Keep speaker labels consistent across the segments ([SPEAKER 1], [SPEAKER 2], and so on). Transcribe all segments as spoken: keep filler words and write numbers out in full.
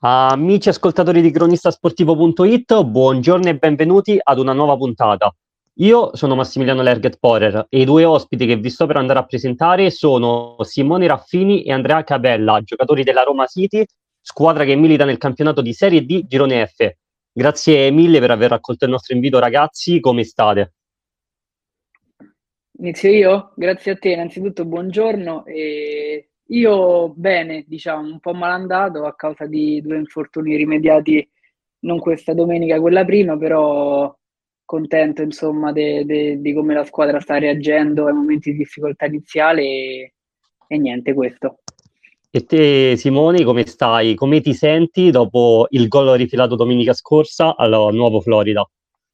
[SPEAKER 1] Amici ascoltatori di cronistasportivo.it, buongiorno e benvenuti ad una nuova puntata. Io sono Massimiliano Lerget Porer e i due ospiti che vi sto per andare a presentare sono Simone Raffini e Andrea Cabella, giocatori della Roma City, squadra che milita nel campionato di Serie D Girone F. Grazie mille per aver accolto il nostro invito, ragazzi, come state?
[SPEAKER 2] Inizio io? Grazie a te, innanzitutto buongiorno. E io bene, diciamo, un po' malandato a causa di due infortuni rimediati, non questa domenica, quella prima, però contento insomma de- de- di come la squadra sta reagendo ai momenti di difficoltà iniziale e, e niente questo.
[SPEAKER 1] E te, Simone, come stai? Come ti senti dopo il gol rifilato domenica scorsa al Nuovo Florida?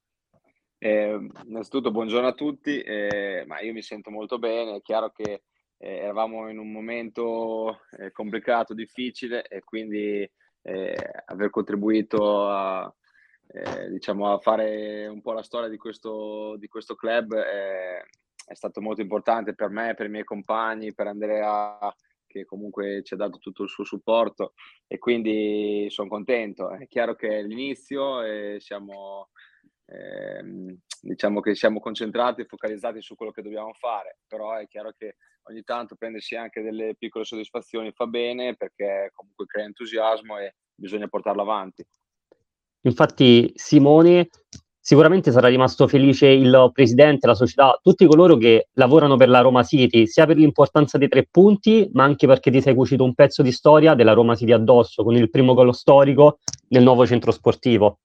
[SPEAKER 3] Eh, innanzitutto buongiorno a tutti, eh, ma io mi sento molto bene. È chiaro che eh, eravamo in un momento eh, complicato, difficile, e quindi eh, aver contribuito a, eh, diciamo, a fare un po' la storia di questo, di questo club eh, è stato molto importante per me, per i miei compagni, per Andrea, che comunque ci ha dato tutto il suo supporto, e quindi sono contento. È chiaro che è l'inizio e siamo... Eh, diciamo che siamo concentrati e focalizzati su quello che dobbiamo fare, però è chiaro che ogni tanto prendersi anche delle piccole soddisfazioni fa bene, perché comunque crea entusiasmo e bisogna portarlo avanti.
[SPEAKER 1] Infatti, Simone, sicuramente sarà rimasto felice il presidente, la società, tutti coloro che lavorano per la Roma City, sia per l'importanza dei tre punti, ma anche perché ti sei cucito un pezzo di storia della Roma City addosso, con il primo gol storico nel nuovo centro sportivo.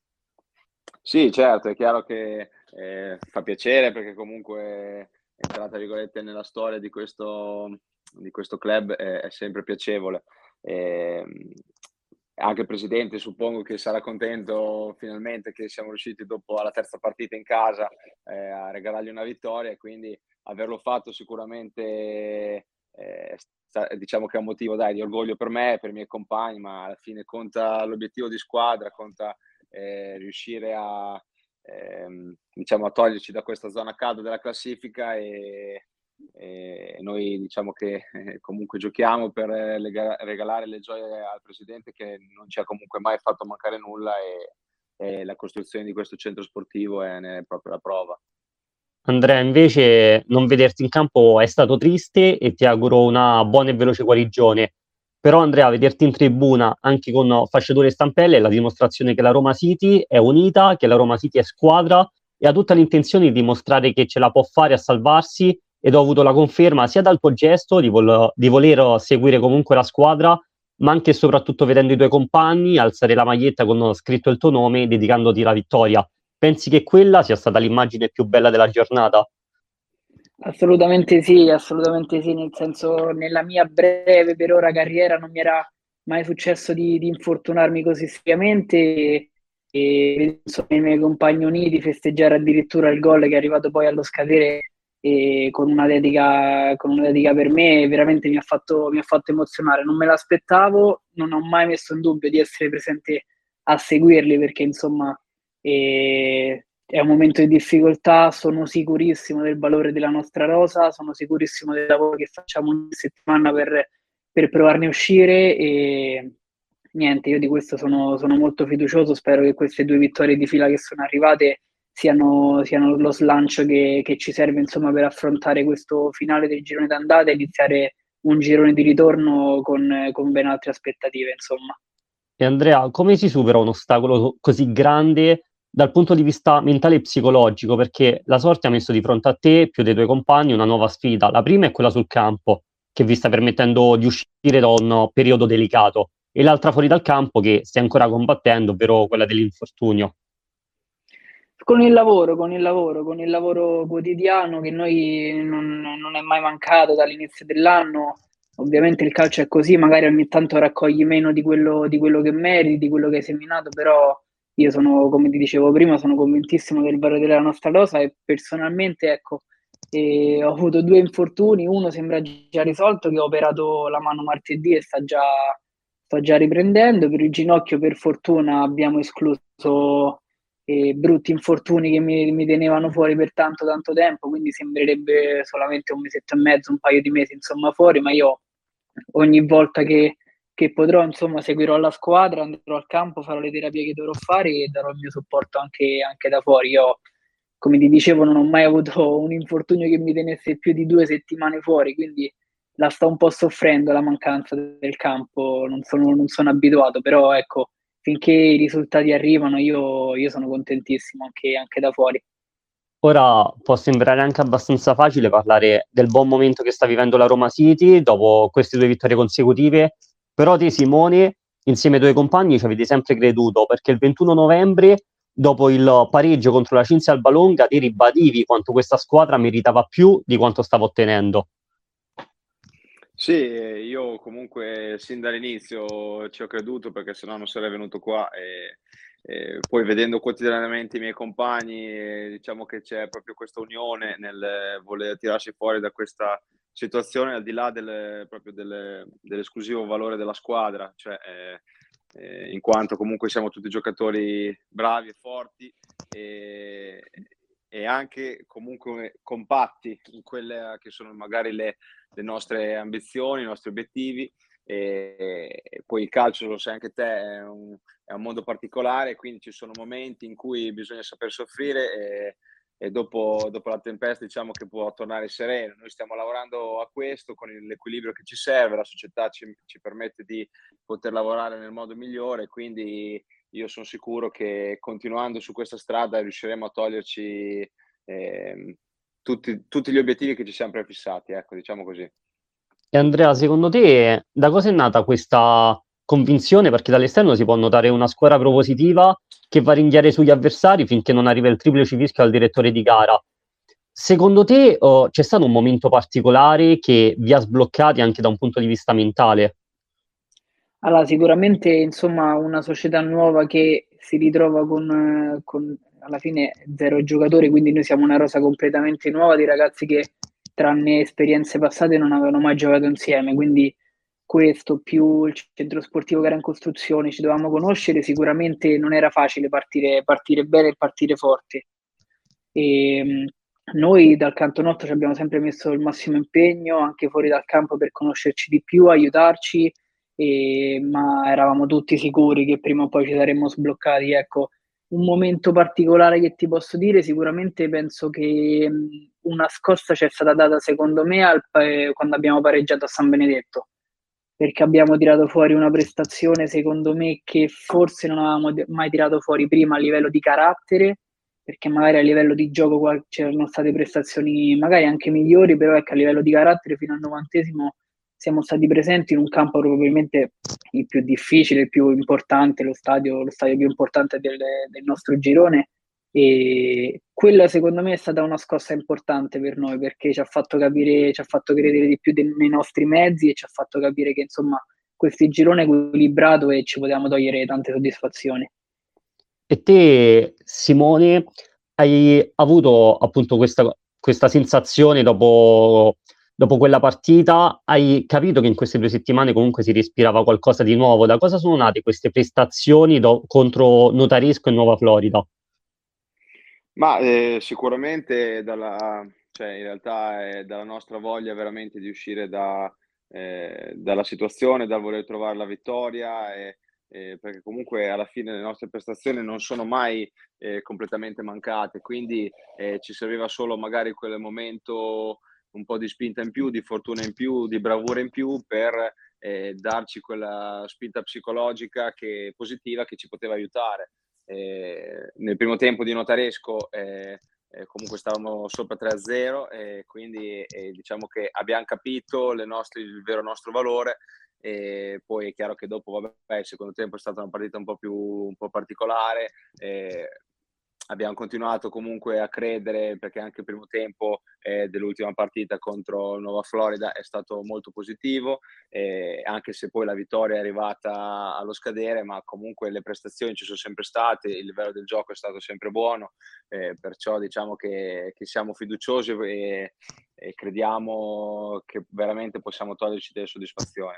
[SPEAKER 3] Sì, certo, è chiaro che eh, fa piacere, perché comunque entrare, tra virgolette, nella storia di questo, di questo club è, è sempre piacevole. E, anche il presidente suppongo che sarà contento finalmente che siamo riusciti, dopo la terza partita in casa, eh, a regalargli una vittoria, e quindi averlo fatto sicuramente eh, sta, diciamo che è un motivo, dai, di orgoglio per me e per i miei compagni, ma alla fine conta l'obiettivo di squadra, conta eh, riuscire a, ehm, diciamo, a toglierci da questa zona calda della classifica, e, e noi diciamo che eh, comunque giochiamo per eh, lega- regalare le gioie al presidente, che non ci ha comunque mai fatto mancare nulla, e, e la costruzione di questo centro sportivo è, ne è proprio la prova.
[SPEAKER 1] Andrea, invece, non vederti in campo è stato triste e ti auguro una buona e veloce guarigione. Però, Andrea, vederti in tribuna anche con fasciature e stampelle è la dimostrazione che la Roma City è unita, che la Roma City è squadra e ha tutta l'intenzione di dimostrare che ce la può fare a salvarsi, ed ho avuto la conferma sia dal tuo gesto di, vol- di voler seguire comunque la squadra, ma anche e soprattutto vedendo i tuoi compagni alzare la maglietta con scritto il tuo nome, dedicandoti la vittoria. Pensi che quella sia stata l'immagine più bella della giornata?
[SPEAKER 2] Assolutamente sì, assolutamente sì, nel senso, nella mia breve per ora carriera non mi era mai successo di, di infortunarmi così seriamente e, e insomma, i miei compagni uniti festeggiare addirittura il gol che è arrivato poi allo scadere, e con una dedica, con una dedica per me, veramente mi ha fatto, mi ha fatto emozionare. Non me l'aspettavo, non ho mai messo in dubbio di essere presente a seguirli, perché insomma e è un momento di difficoltà. Sono sicurissimo del valore della nostra rosa, sono sicurissimo del lavoro che facciamo ogni settimana per, per provarne a uscire, e niente, io di questo sono, sono molto fiducioso. Spero che queste due vittorie di fila che sono arrivate siano, siano lo slancio che, che ci serve insomma per affrontare questo finale del girone d'andata e iniziare un girone di ritorno con, con ben altre aspettative, insomma.
[SPEAKER 1] E Andrea, come si supera un ostacolo così grande dal punto di vista mentale e psicologico? Perché la sorte ha messo di fronte a te, più dei tuoi compagni, una nuova sfida. La prima è quella sul campo, che vi sta permettendo di uscire da un periodo delicato, e l'altra fuori dal campo che stai ancora combattendo, ovvero quella dell'infortunio.
[SPEAKER 2] Con il lavoro, con il lavoro, con il lavoro quotidiano che noi non, non è mai mancato dall'inizio dell'anno. Ovviamente il calcio è così, magari ogni tanto raccogli meno di quello, di quello che meriti, di quello che hai seminato, però io sono, come ti dicevo prima, sono convintissimo del valore della nostra rosa, e personalmente, ecco, eh, ho avuto due infortuni. Uno sembra già risolto, che ho operato la mano martedì e sta già, sto già riprendendo. Per il ginocchio, per fortuna, abbiamo escluso e brutti infortuni che mi, mi tenevano fuori per tanto tanto tempo, quindi sembrerebbe solamente un mesetto e mezzo, un paio di mesi insomma fuori, ma io ogni volta che, che potrò, insomma, seguirò la squadra, andrò al campo, farò le terapie che dovrò fare e darò il mio supporto anche, anche da fuori. Io, come ti dicevo, non ho mai avuto un infortunio che mi tenesse più di due settimane fuori, quindi la sto un po' soffrendo la mancanza del campo, non sono, non sono abituato, però ecco, finché i risultati arrivano io, io sono contentissimo anche, anche da fuori.
[SPEAKER 1] Ora può sembrare anche abbastanza facile parlare del buon momento che sta vivendo la Roma City dopo queste due vittorie consecutive, però te, Simone, insieme ai tuoi compagni ci avete sempre creduto, perché il ventuno novembre, dopo il pareggio contro la Cinzia Albalonga, ti ribadivi quanto questa squadra meritava più di quanto stava ottenendo.
[SPEAKER 3] Sì, io comunque sin dall'inizio ci ho creduto, perché sennò non sarei venuto qua, e, e poi vedendo quotidianamente i miei compagni, eh, diciamo che c'è proprio questa unione nel voler tirarsi fuori da questa situazione, al di là del, proprio delle- dell'esclusivo valore della squadra, cioè, eh, eh, in quanto comunque siamo tutti giocatori bravi e forti, e, e anche comunque compatti in quelle che sono magari le le nostre ambizioni, i nostri obiettivi, e, e poi il calcio, lo sai anche te, è un, è un mondo particolare, quindi ci sono momenti in cui bisogna saper soffrire, e, e dopo, dopo la tempesta diciamo che può tornare sereno. Noi stiamo lavorando a questo con l'equilibrio che ci serve, la società ci, ci permette di poter lavorare nel modo migliore, quindi io sono sicuro che continuando su questa strada riusciremo a toglierci eh, tutti, tutti gli obiettivi che ci siamo prefissati, ecco, diciamo così.
[SPEAKER 1] E Andrea, secondo te da cosa è nata questa convinzione? Perché dall'esterno si può notare una squadra propositiva che va a ringhiare sugli avversari finché non arriva il triplice fischio al direttore di gara. Secondo te oh, c'è stato un momento particolare che vi ha sbloccati anche da un punto di vista mentale?
[SPEAKER 2] Allora, sicuramente, insomma, una società nuova che si ritrova con, eh, con alla fine zero giocatori, quindi noi siamo una rosa completamente nuova di ragazzi che, tranne esperienze passate, non avevano mai giocato insieme, quindi questo più il centro sportivo che era in costruzione, ci dovevamo conoscere, sicuramente non era facile partire, partire bene e partire forte. E, mh, noi dal canto nostro ci abbiamo sempre messo il massimo impegno, anche fuori dal campo, per conoscerci di più, aiutarci, e, ma eravamo tutti sicuri che prima o poi ci saremmo sbloccati. Ecco, un momento particolare che ti posso dire, sicuramente penso che mh, una scossa ci è stata data, secondo me, al, eh, quando abbiamo pareggiato a San Benedetto, perché abbiamo tirato fuori una prestazione, secondo me, che forse non avevamo de- mai tirato fuori prima a livello di carattere, perché magari a livello di gioco qual- c'erano state prestazioni magari anche migliori, però ecco, a livello di carattere fino al novantesimo siamo stati presenti in un campo probabilmente il più difficile, il più importante, lo stadio, lo stadio più importante del, del nostro girone, e quella secondo me è stata una scossa importante per noi, perché ci ha fatto capire, ci ha fatto credere di più dei, nei nostri mezzi, e ci ha fatto capire che insomma questo girone è equilibrato e ci potevamo togliere tante soddisfazioni.
[SPEAKER 1] E te, Simone, hai avuto appunto questa, questa sensazione dopo, dopo quella partita? Hai capito che in queste due settimane comunque si respirava qualcosa di nuovo? Da cosa sono nate queste prestazioni do- contro Notaresco e Nuova Florida?
[SPEAKER 3] Ma eh, sicuramente dalla, cioè in realtà è dalla nostra voglia veramente di uscire da, eh, dalla situazione, dal voler trovare la vittoria, e, e perché comunque alla fine le nostre prestazioni non sono mai eh, completamente mancate, quindi eh, ci serviva solo magari quel momento, un po' di spinta in più, di fortuna in più, di bravura in più, per eh, darci quella spinta psicologica che, positiva, che ci poteva aiutare. Eh, nel primo tempo di Notaresco eh, eh, comunque stavamo sopra tre a zero, e quindi eh, diciamo che abbiamo capito le nostre, il vero nostro valore, e poi è chiaro che dopo, vabbè, il secondo tempo è stata una partita un po' più un po' particolare. Eh, abbiamo continuato comunque a credere, perché anche il primo tempo eh, dell'ultima partita contro Nuova Florida è stato molto positivo, eh, anche se poi la vittoria è arrivata allo scadere, ma comunque le prestazioni ci sono sempre state, il livello del gioco è stato sempre buono, eh, perciò diciamo che, che siamo fiduciosi, e, e crediamo che veramente possiamo toglierci delle soddisfazioni.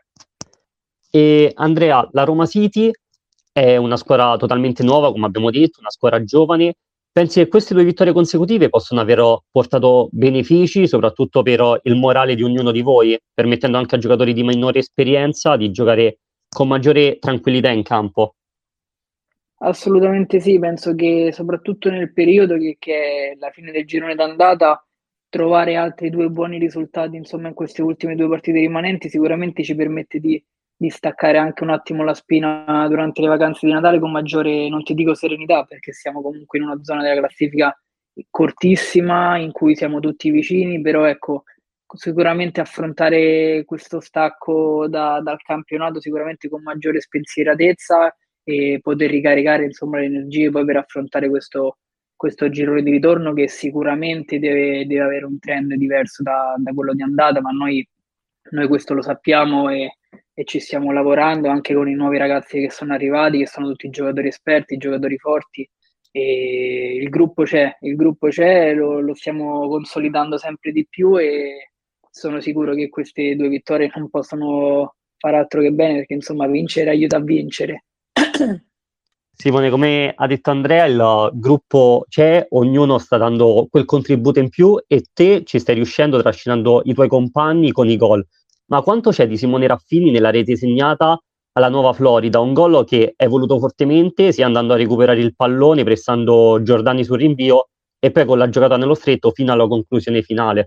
[SPEAKER 1] E Andrea, la Roma City è una squadra totalmente nuova, come abbiamo detto, una squadra giovane. Pensi che queste due vittorie consecutive possono aver portato benefici, soprattutto per il morale di ognuno di voi, permettendo anche a giocatori di minore esperienza di giocare con maggiore tranquillità in campo.
[SPEAKER 2] Assolutamente sì, penso che soprattutto nel periodo che, che è la fine del girone d'andata, trovare altri due buoni risultati, insomma, in queste ultime due partite rimanenti sicuramente ci permette di, di staccare anche un attimo la spina durante le vacanze di Natale con maggiore, non ti dico serenità, perché siamo comunque in una zona della classifica cortissima in cui siamo tutti vicini, però ecco, sicuramente affrontare questo stacco da- dal campionato sicuramente con maggiore spensieratezza e poter ricaricare insomma le energie poi per affrontare questo, questo girone di ritorno che sicuramente deve, deve avere un trend diverso da, da quello di andata, ma noi, noi questo lo sappiamo e, e ci stiamo lavorando anche con i nuovi ragazzi che sono arrivati, che sono tutti giocatori esperti, giocatori forti. E il gruppo c'è, il gruppo c'è, lo, lo stiamo consolidando sempre di più e sono sicuro che queste due vittorie non possono fare altro che bene perché insomma vincere aiuta a vincere.
[SPEAKER 1] Simone, come ha detto Andrea, il gruppo c'è, ognuno sta dando quel contributo in più e te ci stai riuscendo trascinando i tuoi compagni con i gol. Ma quanto c'è di Simone Raffini nella rete segnata alla Nuova Florida? Un gol che è voluto fortemente, sia andando a recuperare il pallone, pressando Giordani sul rinvio e poi con la giocata nello stretto fino alla conclusione finale.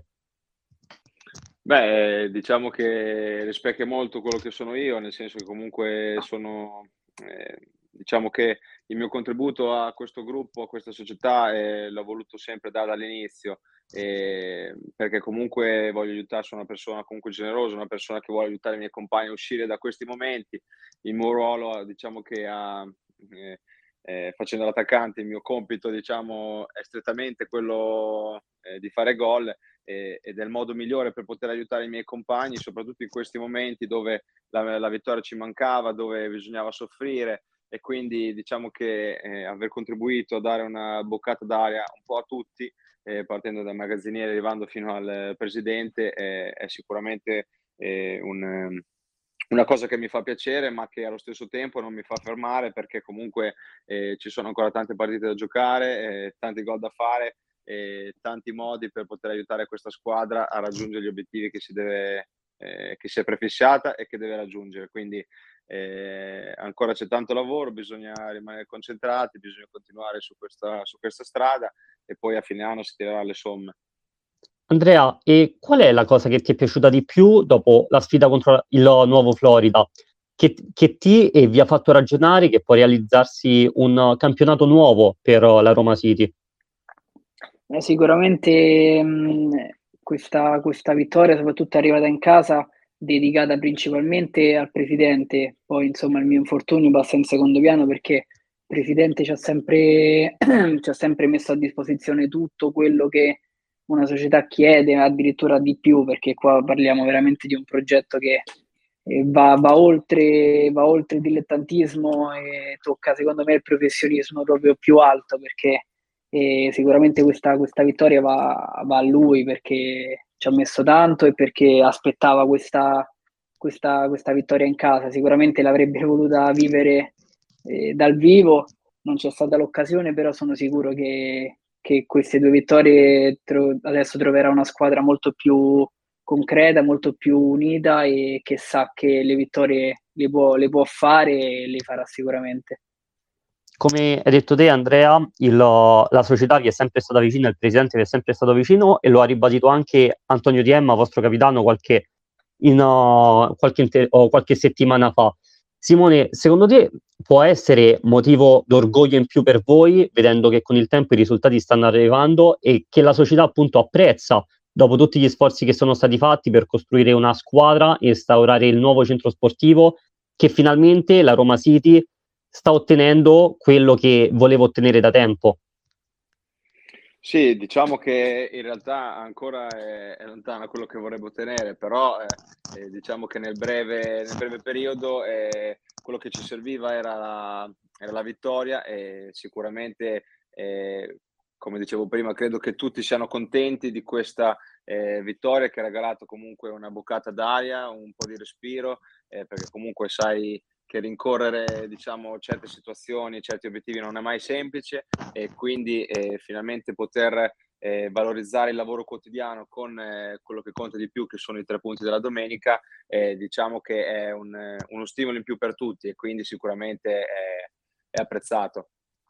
[SPEAKER 3] Beh, diciamo che rispecchia molto quello che sono io, nel senso che comunque sono, eh, diciamo che il mio contributo a questo gruppo, a questa società, eh, l'ho voluto sempre dare dall'inizio, eh, perché comunque voglio aiutare, sono una persona comunque generosa, una persona che vuole aiutare i miei compagni a uscire da questi momenti. Il mio ruolo, diciamo che ha, eh, eh, facendo l'attaccante, il mio compito, diciamo, è strettamente quello, eh, di fare gol ed è il modo migliore per poter aiutare i miei compagni, soprattutto in questi momenti dove la, la vittoria ci mancava, dove bisognava soffrire e quindi diciamo che eh, aver contribuito a dare una boccata d'aria un po' a tutti, eh, partendo dal magazziniere arrivando fino al presidente, eh, è sicuramente eh, un, una cosa che mi fa piacere ma che allo stesso tempo non mi fa fermare perché comunque eh, ci sono ancora tante partite da giocare, eh, tanti gol da fare e tanti modi per poter aiutare questa squadra a raggiungere gli obiettivi che si deve, eh, che si è prefissata e che deve raggiungere. Quindi eh, ancora c'è tanto lavoro, bisogna rimanere concentrati, bisogna continuare su questa, su questa strada e poi a fine anno si tirerà le somme.
[SPEAKER 1] Andrea, e qual è la cosa che ti è piaciuta di più dopo la sfida contro il Nuovo Florida? Che, che ti e vi ha fatto ragionare che può realizzarsi un campionato nuovo per la Roma City?
[SPEAKER 2] Eh, sicuramente mh, questa, questa vittoria, soprattutto arrivata in casa, dedicata principalmente al presidente, poi insomma il mio infortunio passa in secondo piano perché il presidente ci ha sempre, ci ha sempre messo a disposizione tutto quello che una società chiede, addirittura di più, perché qua parliamo veramente di un progetto che eh, va, va oltre, va oltre il dilettantismo e tocca secondo me il professionismo proprio più alto perché e sicuramente questa, questa vittoria va, va a lui perché ci ha messo tanto e perché aspettava questa, questa, questa vittoria in casa. Sicuramente l'avrebbe voluta vivere eh, dal vivo, non c'è stata l'occasione, però sono sicuro che, che queste due vittorie tro- adesso troverà una squadra molto più concreta, molto più unita e che sa che le vittorie le può, le può fare e le farà sicuramente.
[SPEAKER 1] Come hai detto te, Andrea, il- la società vi è sempre stata vicina, il presidente vi è sempre stato vicino e lo ha ribadito anche Antonio Diemma, vostro capitano, qualche, in, uh, qualche, inter- o qualche settimana fa. Simone, secondo te può essere motivo d'orgoglio in più per voi, vedendo che con il tempo i risultati stanno arrivando e che la società appunto apprezza, dopo tutti gli sforzi che sono stati fatti per costruire una squadra e instaurare il nuovo centro sportivo, che finalmente la Roma City sta ottenendo quello che volevo ottenere da tempo?
[SPEAKER 3] Sì, diciamo che in realtà ancora è, è lontano quello che vorrebbe ottenere, però eh, eh, diciamo che nel breve, nel breve periodo eh, quello che ci serviva era la, era la vittoria e sicuramente, eh, come dicevo prima, credo che tutti siano contenti di questa eh, vittoria che ha regalato comunque una boccata d'aria, un po' di respiro, eh, perché comunque sai che rincorrere diciamo, certe situazioni, certi obiettivi non è mai semplice e quindi eh, finalmente poter eh, valorizzare il lavoro quotidiano con eh, quello che conta di più, che sono i tre punti della domenica, eh, diciamo che è un, eh, uno stimolo in più per tutti, e quindi sicuramente è, è apprezzato.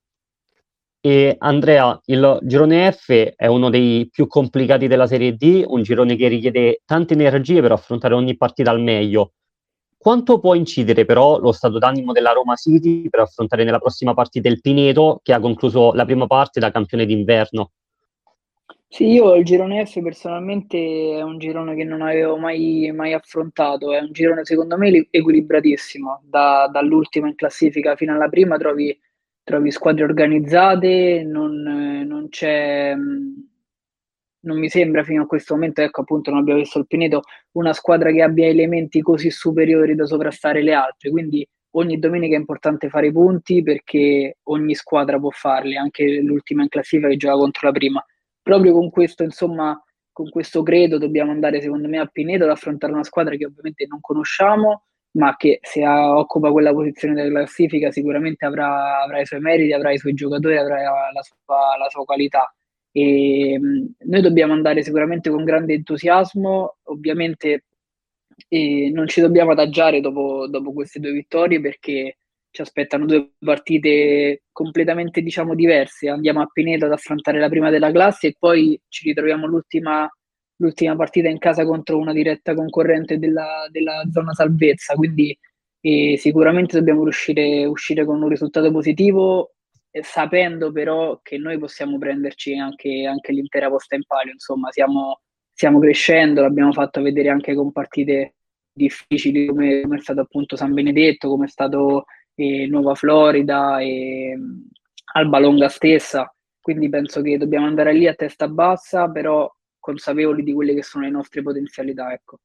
[SPEAKER 1] E Andrea, il girone F è uno dei più complicati della Serie D, un girone che richiede tante energie per affrontare ogni partita al meglio. Quanto può incidere però lo stato d'animo della Roma City per affrontare nella prossima partita il Pineto, che ha concluso la prima parte da campione d'inverno?
[SPEAKER 2] Sì, io il girone F personalmente è un girone che non avevo mai, mai affrontato, è un girone secondo me li- equilibratissimo, Da- dall'ultima in classifica fino alla prima trovi, trovi squadre organizzate, non, eh, non c'è, mh, non mi sembra fino a questo momento, ecco appunto non abbiamo visto il Pineto, una squadra che abbia elementi così superiori da sovrastare le altre, quindi ogni domenica è importante fare i punti perché ogni squadra può farli, anche l'ultima in classifica che gioca contro la prima. Proprio con questo, insomma, con questo credo dobbiamo andare secondo me a Pineto ad affrontare una squadra che ovviamente non conosciamo, ma che se ha- occupa quella posizione della classifica sicuramente avrà, avrà i suoi meriti, avrà i suoi giocatori, avrà la sua, la sua qualità. E, mh, noi dobbiamo andare sicuramente con grande entusiasmo, ovviamente e non ci dobbiamo adagiare dopo, dopo queste due vittorie perché ci aspettano due partite completamente, diciamo, diverse. Andiamo a Pineto ad affrontare la prima della classe e poi ci ritroviamo l'ultima, l'ultima partita in casa contro una diretta concorrente della, della zona salvezza. Quindi eh, sicuramente dobbiamo riuscire uscire con un risultato positivo, eh, sapendo però che noi possiamo prenderci anche, anche l'intera posta in palio. Insomma, siamo, stiamo crescendo, l'abbiamo fatto vedere anche con partite difficili come, come è stato appunto San Benedetto, come è stato eh, Nuova Florida e mh, Alba Longa stessa. Quindi penso che dobbiamo andare lì a testa bassa, però consapevoli di quelle che sono le nostre potenzialità, ecco.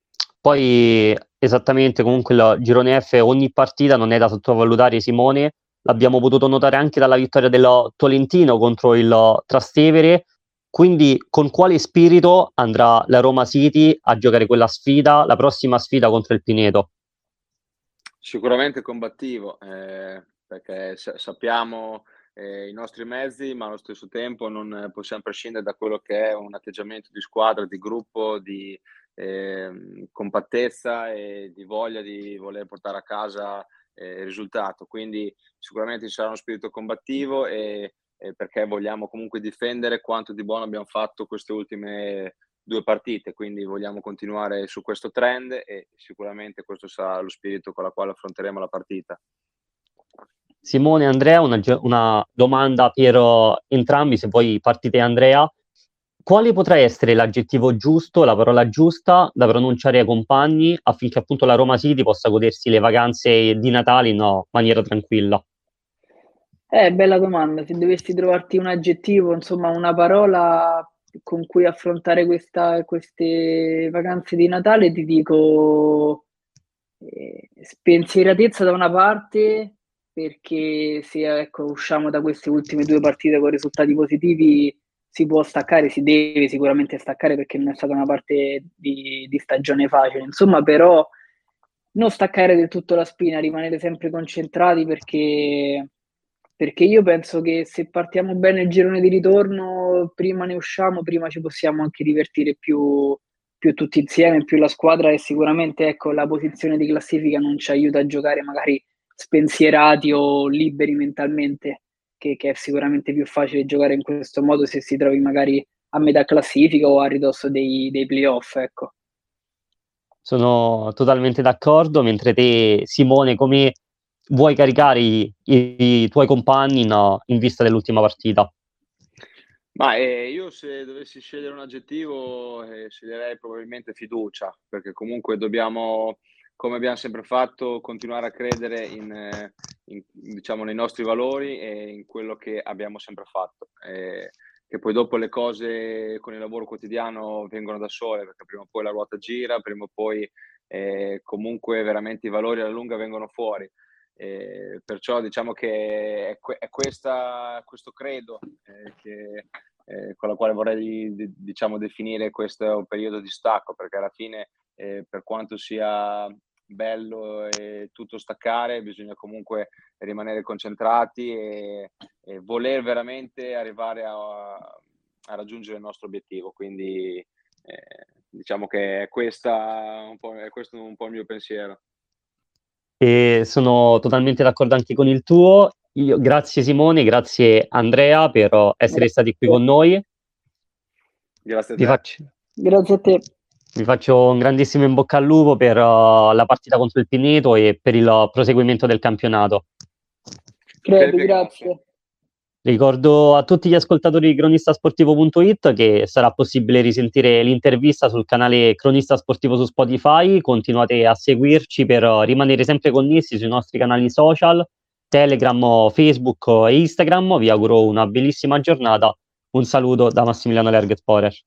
[SPEAKER 1] Poi esattamente comunque il girone F ogni partita non è da sottovalutare, Simone, l'abbiamo potuto notare anche dalla vittoria del Tolentino contro il Trastevere, quindi con quale spirito andrà la Roma City a giocare quella sfida, la prossima sfida contro il Pineto?
[SPEAKER 3] Sicuramente combattivo, eh, perché sa- sappiamo eh, i nostri mezzi, ma allo stesso tempo non eh, possiamo prescindere da quello che è un atteggiamento di squadra, di gruppo, di ehm, compattezza e di voglia di voler portare a casa eh, il risultato. Quindi sicuramente ci sarà uno spirito combattivo, e, e perché vogliamo comunque difendere quanto di buono abbiamo fatto queste ultime due partite, quindi vogliamo continuare su questo trend e sicuramente questo sarà lo spirito con la quale affronteremo la partita.
[SPEAKER 1] Simone e Andrea, una, gio- una domanda per uh, entrambi, se poi partite Andrea. Quale potrà essere l'aggettivo giusto, la parola giusta da pronunciare ai compagni affinché appunto la Roma City possa godersi le vacanze di Natale in uh, maniera tranquilla?
[SPEAKER 2] Eh, bella domanda. Se dovessi trovarti un aggettivo, insomma, una parola con cui affrontare questa- queste vacanze di Natale, ti dico eh, spensieratezza da una parte, perché se ecco, usciamo da queste ultime due partite con risultati positivi, si può staccare, si deve sicuramente staccare perché non è stata una parte di, di stagione facile. Insomma, però non staccare del tutto la spina, rimanere sempre concentrati perché, perché io penso che se partiamo bene il girone di ritorno, prima ne usciamo, prima ci possiamo anche divertire più, più tutti insieme, più la squadra, e sicuramente ecco, la posizione di classifica non ci aiuta a giocare magari spensierati o liberi mentalmente, che, che è sicuramente più facile giocare in questo modo se si trovi magari a metà classifica o a ridosso dei, dei playoff, ecco.
[SPEAKER 1] Sono totalmente d'accordo, mentre te, Simone, come vuoi caricare i, i- i tuoi compagni in, uh, in vista dell'ultima partita?
[SPEAKER 3] Ma eh, io se dovessi scegliere un aggettivo, eh, sceglierei probabilmente fiducia, perché comunque dobbiamo, come abbiamo sempre fatto, continuare a credere in, eh, in, diciamo, nei nostri valori e in quello che abbiamo sempre fatto. Eh, che poi dopo le cose con il lavoro quotidiano vengono da sole, perché prima o poi la ruota gira, prima o poi eh, comunque veramente i valori alla lunga vengono fuori. Eh, perciò diciamo che è, que- è questa, questo credo eh, che, eh, con la quale vorrei di- di- diciamo, definire questo periodo di stacco, perché alla fine eh, per quanto sia bello e tutto staccare, bisogna comunque rimanere concentrati e, e voler veramente arrivare a, a raggiungere il nostro obiettivo. Quindi eh, diciamo che è, questa un po', è questo un po' il mio pensiero.
[SPEAKER 1] E sono totalmente d'accordo anche con il tuo. Io, grazie Simone, grazie Andrea per essere
[SPEAKER 2] Grazie.
[SPEAKER 1] stati qui con noi.
[SPEAKER 3] Grazie a
[SPEAKER 1] Vi
[SPEAKER 3] te.
[SPEAKER 1] faccio,
[SPEAKER 2] Grazie a te.
[SPEAKER 1] vi faccio un grandissimo in bocca al lupo per uh, la partita contro il Pineto e per il proseguimento del campionato.
[SPEAKER 2] Credo, grazie.
[SPEAKER 1] Ricordo a tutti gli ascoltatori di cronistasportivo punto it che sarà possibile risentire l'intervista sul canale Cronista Sportivo su Spotify. Continuate a seguirci per rimanere sempre connessi sui nostri canali social, Telegram, Facebook e Instagram. Vi auguro una bellissima giornata. Un saluto da Massimiliano Lerget Forer.